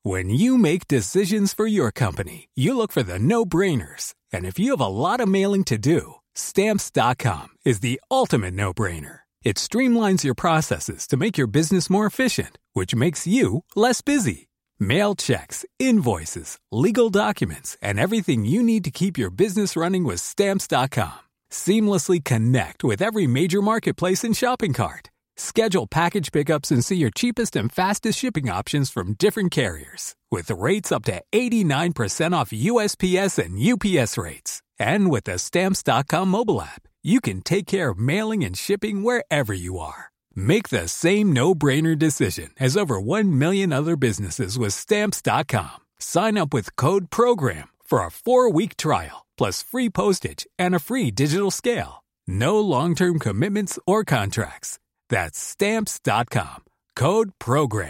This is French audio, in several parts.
When you make decisions for your company, you look for the no-brainers. And if you have a lot of mailing to do, Stamps.com is the ultimate no-brainer. It streamlines your processes to make your business more efficient, which makes you less busy. Mail checks, invoices, legal documents, and everything you need to keep your business running with Stamps.com. Seamlessly connect with every major marketplace and shopping cart. Schedule package pickups and see your cheapest and fastest shipping options from different carriers. With rates up to 89% off USPS and UPS rates. And with the Stamps.com mobile app, you can take care of mailing and shipping wherever you are. Make the same no-brainer decision as over 1 million other businesses with Stamps.com. Sign up with code PROGRAM for a 4-week trial, plus free postage and a free digital scale. No long-term commitments or contracts. That's Stamps.com. Code PROGRAM.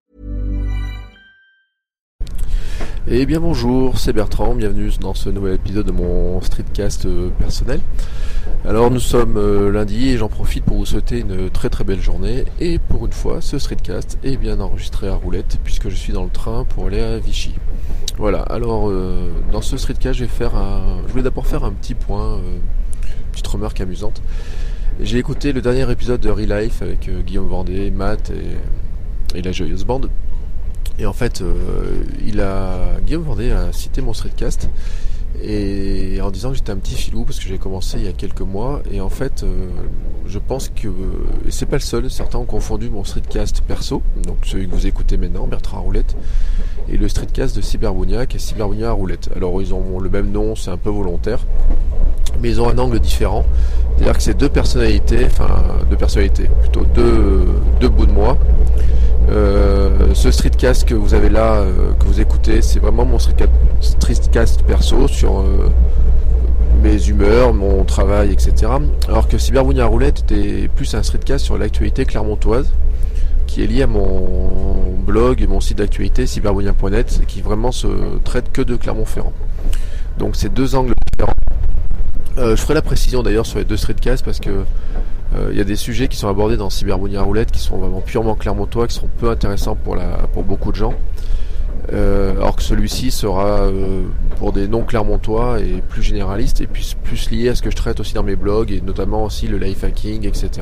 Eh bien bonjour, c'est Bertrand, bienvenue dans ce nouvel épisode de mon streetcast personnel. Alors nous sommes lundi et j'en profite pour vous souhaiter une très très belle journée. Et pour une fois, ce streetcast est bien enregistré à roulette puisque je suis dans le train pour aller à Vichy. Voilà, alors dans ce streetcast je voulais d'abord faire un petit point, une petite remarque amusante. J'ai écouté le dernier épisode de Re-Life avec Guillaume Vendée, Matt et la joyeuse bande. Et en fait, Guillaume Vendée a cité mon streetcast et en disant que j'étais un petit filou parce que j'ai commencé il y a quelques mois. Et en fait, je pense que, et c'est pas le seul, certains ont confondu mon streetcast perso, donc celui que vous écoutez maintenant, Bertrand à Roulette, et le streetcast de Cyberbounia qui est Cyberbounia à Roulette. Alors ils ont le même nom, c'est un peu volontaire, mais ils ont un angle différent. C'est-à-dire que c'est deux personnalités, plutôt deux bouts de moi. Ce streetcast que vous avez là, que vous écoutez, c'est vraiment mon streetcast perso sur mes humeurs, mon travail, etc. Alors que Cyberbounia à Roulette était plus un streetcast sur l'actualité clermontoise, qui est lié à mon blog et mon site d'actualité cyberbounia.net, qui vraiment se traite que de Clermont-Ferrand. Donc c'est deux angles différents. Je ferai la précision d'ailleurs sur les deux streetcasts parce que il y a des sujets qui sont abordés dans Cyberbounia Roulette qui sont vraiment purement clermontois, qui seront peu intéressants pour beaucoup de gens. Alors que celui-ci sera pour des non clermontois et plus généraliste et puis plus lié à ce que je traite aussi dans mes blogs et notamment aussi le life hacking, etc.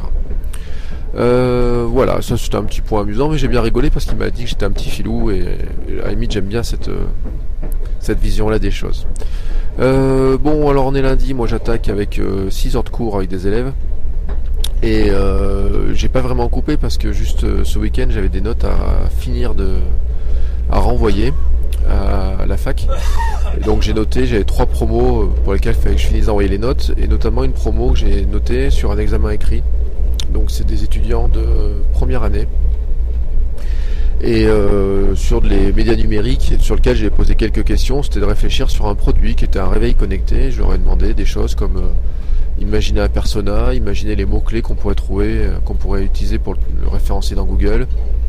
Voilà, ça c'était un petit point amusant, mais j'ai bien rigolé parce qu'il m'a dit que j'étais un petit filou et à la limite j'aime bien cette vision-là des choses. Bon, alors on est lundi, moi j'attaque avec 6 heures de cours avec des élèves. Et j'ai pas vraiment coupé parce que juste ce week-end j'avais des notes à finir à renvoyer à la fac. Et donc j'avais 3 promos pour lesquelles il fallait que je finisse d'envoyer les notes, et notamment une promo que j'ai notée sur un examen écrit. Donc c'est des étudiants de première année. Et sur les médias numériques sur lesquels j'ai posé quelques questions, c'était de réfléchir sur un produit qui était un réveil connecté. Je leur ai demandé des choses comme imaginer un persona, imaginer les mots-clés qu'on pourrait trouver, qu'on pourrait utiliser pour le référencer dans Google,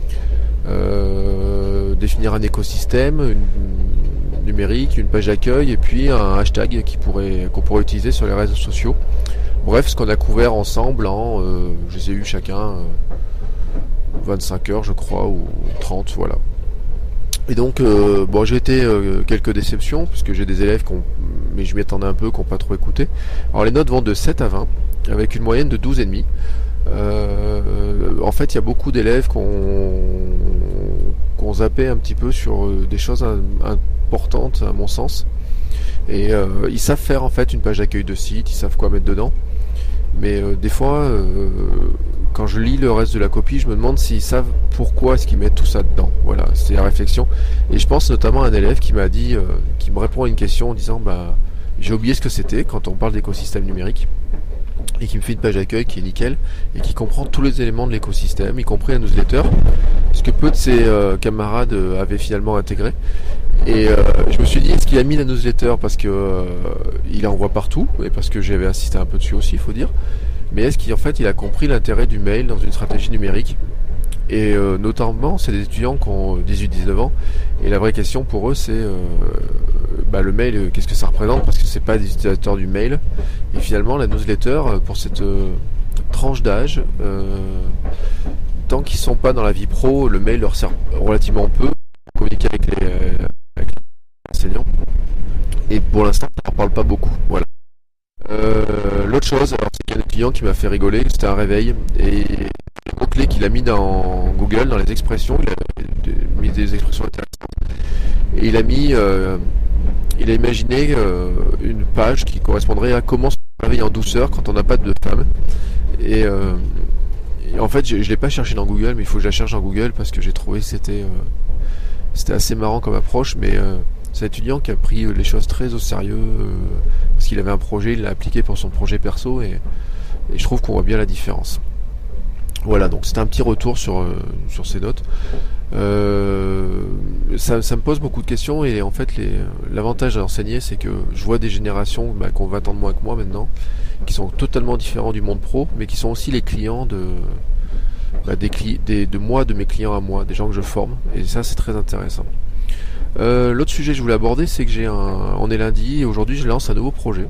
définir un écosystème numérique, une page d'accueil et puis un hashtag qu'on pourrait utiliser sur les réseaux sociaux. Bref, ce qu'on a couvert ensemble je les ai eu chacun 25 heures je crois, ou 30, voilà. Et donc, j'ai été quelques déceptions, puisque j'ai des élèves mais je m'y attendais un peu, qui n'ont pas trop écouté. Alors les notes vont de 7 à 20, avec une moyenne de 12,5. En fait, il y a beaucoup d'élèves qui ont zappé un petit peu sur des choses importantes, à mon sens. Et ils savent faire en fait une page d'accueil de site, ils savent quoi mettre dedans. Mais des fois, quand je lis le reste de la copie, je me demande s'ils savent pourquoi est-ce qu'ils mettent tout ça dedans. Voilà, c'est la réflexion. Et je pense notamment à un élève qui m'a dit, qui me répond à une question en disant j'ai oublié ce que c'était quand on parle d'écosystème numérique, et qui me fait une page d'accueil qui est nickel et qui comprend tous les éléments de l'écosystème, y compris un newsletter, ce que peu de ses camarades avaient finalement intégré. Et je me suis dit, est-ce qu'il a mis la newsletter parce que il en voit partout, et parce que j'avais insisté un peu dessus aussi, il faut dire, mais est-ce qu'en fait il a compris l'intérêt du mail dans une stratégie numérique? Et notamment, c'est des étudiants qui ont 18-19 ans, et la vraie question pour eux c'est le mail, qu'est-ce que ça représente, parce que c'est pas des utilisateurs du mail, et finalement la newsletter pour cette tranche d'âge, tant qu'ils sont pas dans la vie pro, le mail leur sert relativement peu. communiquer avec les enseignants. Et pour l'instant, on n'en parle pas beaucoup. Voilà. L'autre chose, alors, c'est qu'il y a un étudiant qui m'a fait rigoler, c'était un réveil, et les mots-clés qu'il a mis dans Google, dans les expressions, il a mis des expressions intéressantes, et il a imaginé une page qui correspondrait à comment se réveiller en douceur quand on n'a pas de femme. Et en fait, je l'ai pas cherché dans Google, mais il faut que je la cherche dans Google parce que j'ai trouvé que c'était assez marrant comme approche, mais c'est un étudiant qui a pris les choses très au sérieux parce qu'il avait un projet, il l'a appliqué pour son projet perso et je trouve qu'on voit bien la différence. Voilà, donc c'était un petit retour sur ces notes. Ça me pose beaucoup de questions et en fait l'avantage d'enseigner, c'est que je vois des générations qui ont 20 ans de moins que moi maintenant, qui sont totalement différents du monde pro, mais qui sont aussi les clients de mes clients à moi, des gens que je forme, et ça c'est très intéressant. L'autre sujet que je voulais aborder, c'est que on est lundi et aujourd'hui je lance un nouveau projet.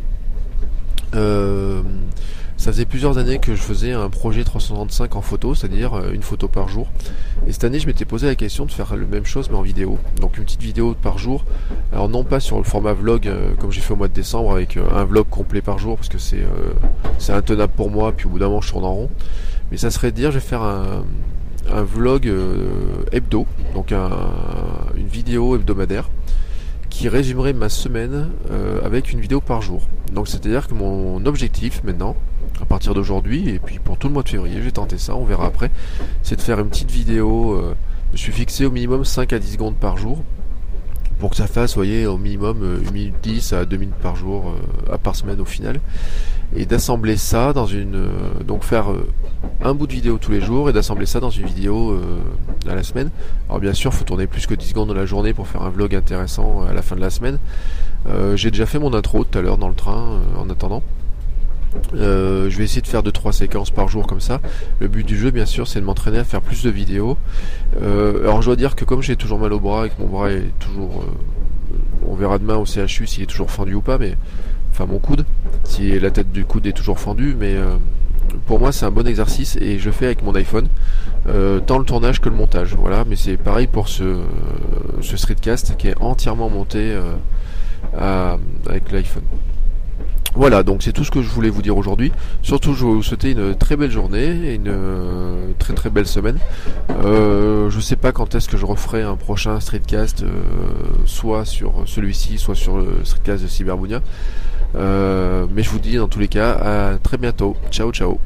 Ça faisait plusieurs années que je faisais un projet 365 en photo, c'est-à-dire une photo par jour. Et cette année, je m'étais posé la question de faire la même chose mais en vidéo. Donc une petite vidéo par jour. Alors non pas sur le format vlog comme j'ai fait au mois de décembre avec un vlog complet par jour parce que c'est intenable pour moi, puis au bout d'un moment je tourne en rond. Mais ça serait de dire je vais faire un vlog hebdo, donc une vidéo hebdomadaire qui résumerait ma semaine avec une vidéo par jour. Donc c'est-à-dire que mon objectif maintenant, à partir d'aujourd'hui, et puis pour tout le mois de février, je vais tenter ça, on verra après, c'est de faire une petite vidéo, je me suis fixé au minimum 5 à 10 secondes par jour, pour que ça fasse, vous voyez, au minimum 1 minute 10 à 2 minutes par jour, par semaine au final, et d'assembler ça dans donc faire un bout de vidéo tous les jours, et d'assembler ça dans une vidéo à la semaine. Alors bien sûr, il faut tourner plus que 10 secondes dans la journée pour faire un vlog intéressant à la fin de la semaine. J'ai déjà fait mon intro tout à l'heure dans le train, en attendant. Je vais essayer de faire 2-3 séquences par jour comme ça. Le but du jeu bien sûr c'est de m'entraîner à faire plus de vidéos. Alors je dois dire que comme j'ai toujours mal au bras et que mon bras est toujours on verra demain au CHU s'il est toujours fendu ou pas, mais enfin mon coude, si la tête du coude est toujours fendue, mais pour moi c'est un bon exercice et je le fais avec mon iPhone, tant le tournage que le montage, voilà. Mais c'est pareil pour ce streetcast qui est entièrement monté avec l'iPhone. Voilà, donc c'est tout ce que je voulais vous dire aujourd'hui. Surtout, je vais vous souhaiter une très belle journée et une très très belle semaine. Je sais pas quand est-ce que je referai un prochain streetcast, soit sur celui-ci, soit sur le streetcast de Cyberbunia. Mais je vous dis dans tous les cas à très bientôt. Ciao ciao.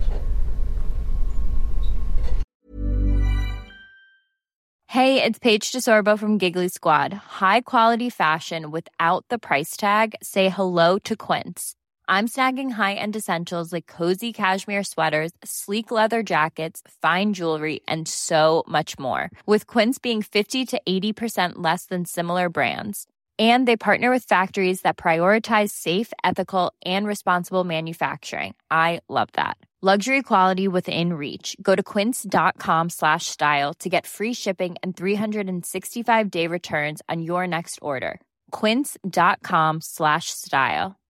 Hey, it's Paige DeSorbo from Giggly Squad. High quality fashion without the price tag. Say hello to Quince. I'm snagging high-end essentials like cozy cashmere sweaters, sleek leather jackets, fine jewelry, and so much more. With Quince being 50 to 80% less than similar brands. And they partner with factories that prioritize safe, ethical, and responsible manufacturing. I love that. Luxury quality within reach. Go to quince.com/style to get free shipping and 365-day returns on your next order. Quince.com/style.